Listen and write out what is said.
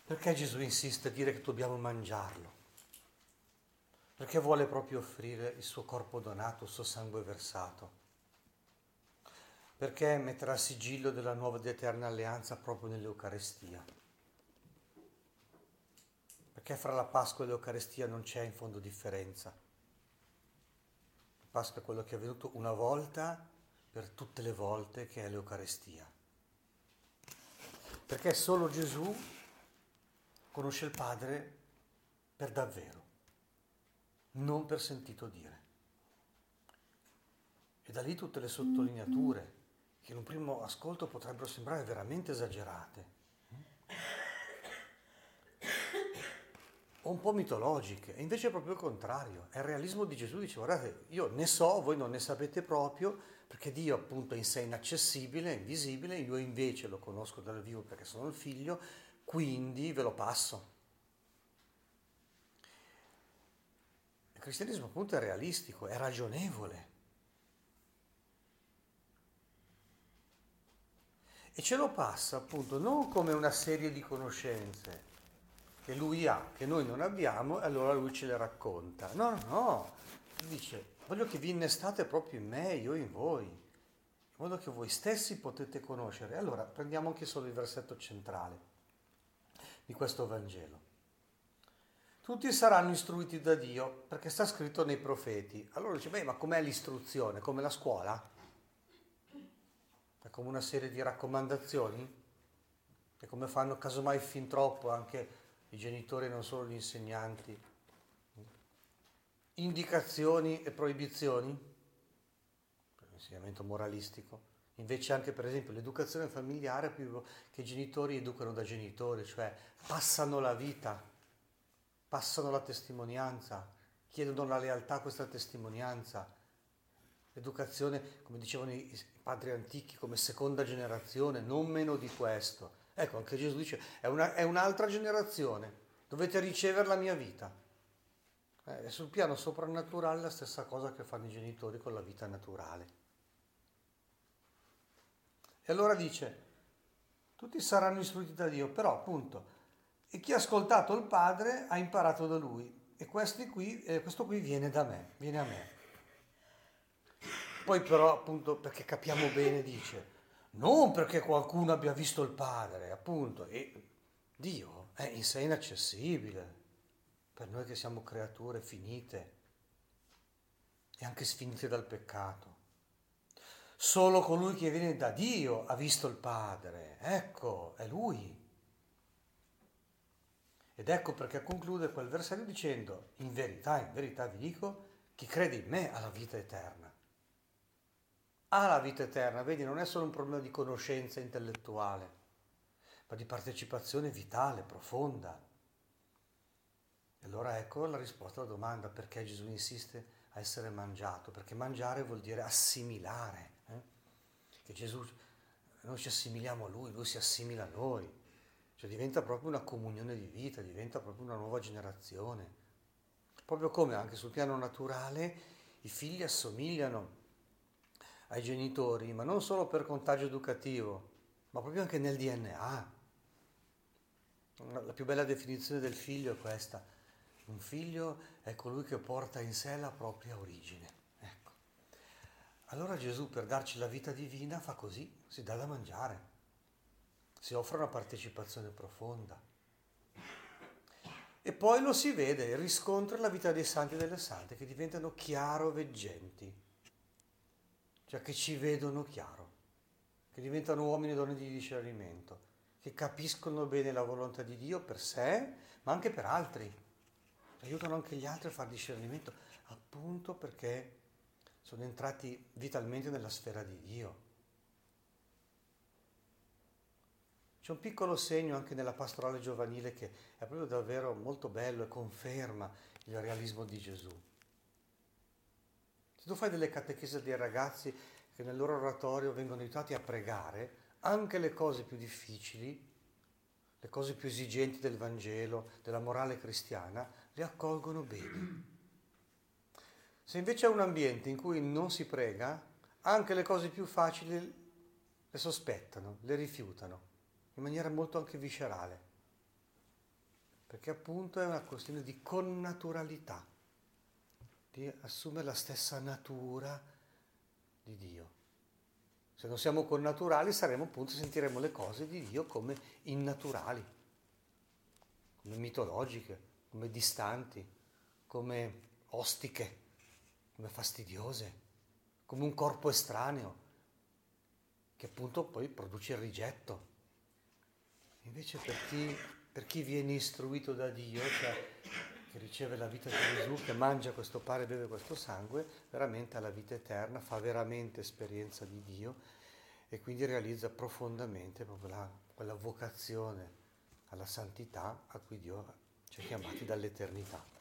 Perché Gesù insiste a dire che dobbiamo mangiarlo? Perché vuole proprio offrire il suo corpo donato, il suo sangue versato? Perché metterà il sigillo della nuova ed eterna alleanza proprio nell'Eucarestia? Perché fra la Pasqua e l'Eucarestia non c'è in fondo differenza. La Pasqua è quello che è avvenuto una volta per tutte le volte che è l'Eucarestia. Perché solo Gesù conosce il Padre per davvero, non per sentito dire. E da lì tutte le sottolineature che in un primo ascolto potrebbero sembrare veramente esagerate o un po' mitologiche, e invece è proprio il contrario, è il realismo di Gesù. Dice: guardate, io ne so, voi non ne sapete proprio, perché Dio appunto in sé è inaccessibile, è invisibile, io invece lo conosco dal vivo perché sono il figlio, quindi ve lo passo. Il cristianesimo appunto è realistico, è ragionevole. E ce lo passa appunto non come una serie di conoscenze che lui ha, che noi non abbiamo, e allora lui ce le racconta. No, no, no. Dice: voglio che vi innestate proprio in me, io in voi, in modo che voi stessi potete conoscere. Allora prendiamo anche solo il versetto centrale di questo Vangelo. Tutti saranno istruiti da Dio, perché sta scritto nei profeti. Allora dice: beh, ma com'è l'istruzione? Come la scuola? È come una serie di raccomandazioni? E come fanno casomai fin troppo anche i genitori, non solo gli insegnanti? Indicazioni e proibizioni? Per l'insegnamento moralistico. Invece anche per esempio l'educazione familiare è più che i genitori educano da genitori, cioè passano la vita, passano la testimonianza, chiedono la lealtà a questa testimonianza. L'educazione, come dicevano i padri antichi, come seconda generazione, non meno di questo. Ecco, anche Gesù dice: è un'altra generazione, dovete ricevere la mia vita. È sul piano soprannaturale la stessa cosa che fanno i genitori con la vita naturale. E allora dice: tutti saranno istruiti da Dio, però appunto, e chi ha ascoltato il Padre ha imparato da Lui, e questo qui viene da me, viene a me. Poi però appunto, perché capiamo bene, dice: non perché qualcuno abbia visto il Padre, appunto, e Dio è in sé inaccessibile per noi che siamo creature finite e anche sfinite dal peccato. Solo colui che viene da Dio ha visto il Padre, ecco, è Lui. Ed ecco perché conclude quel versetto dicendo: in verità vi dico, chi crede in me ha la vita eterna. Ha la vita eterna, vedi, non è solo un problema di conoscenza intellettuale, ma di partecipazione vitale, profonda. E allora ecco la risposta alla domanda: perché Gesù insiste a essere mangiato? Perché mangiare vuol dire assimilare. Che Gesù, noi ci assimiliamo a Lui, Lui si assimila a noi. Cioè diventa proprio una comunione di vita, diventa proprio una nuova generazione. Proprio come anche sul piano naturale i figli assomigliano ai genitori, ma non solo per contagio educativo, ma proprio anche nel DNA. La più bella definizione del figlio è questa: un figlio è colui che porta in sé la propria origine. Ecco. Allora Gesù, per darci la vita divina, fa così, si dà da mangiare, si offre una partecipazione profonda. E poi lo si vede, riscontra la vita dei santi e delle sante che diventano chiaroveggenti, cioè che ci vedono chiaro, che diventano uomini e donne di discernimento, che capiscono bene la volontà di Dio per sé, ma anche per altri. Aiutano anche gli altri a fare discernimento, appunto perché sono entrati vitalmente nella sfera di Dio. C'è un piccolo segno anche nella pastorale giovanile che è proprio davvero molto bello e conferma il realismo di Gesù. Se tu fai delle catechesi dei ragazzi che nel loro oratorio vengono aiutati a pregare, anche le cose più difficili, le cose più esigenti del Vangelo, della morale cristiana, le accolgono bene. Se invece è un ambiente in cui non si prega, anche le cose più facili le sospettano, le rifiutano, in maniera molto anche viscerale. perché appunto è una questione di connaturalità, di assumere la stessa natura di Dio. Se non siamo connaturali saremo appunto, sentiremo le cose di Dio come innaturali, come mitologiche, come distanti, come ostiche, come fastidiose, come un corpo estraneo, che appunto poi produce il rigetto. Invece per chi viene istruito da Dio, cioè che riceve la vita di Gesù, che mangia questo pane e beve questo sangue, veramente ha la vita eterna, fa veramente esperienza di Dio e quindi realizza profondamente proprio quella vocazione alla santità a cui Dio ci ha chiamati dall'eternità.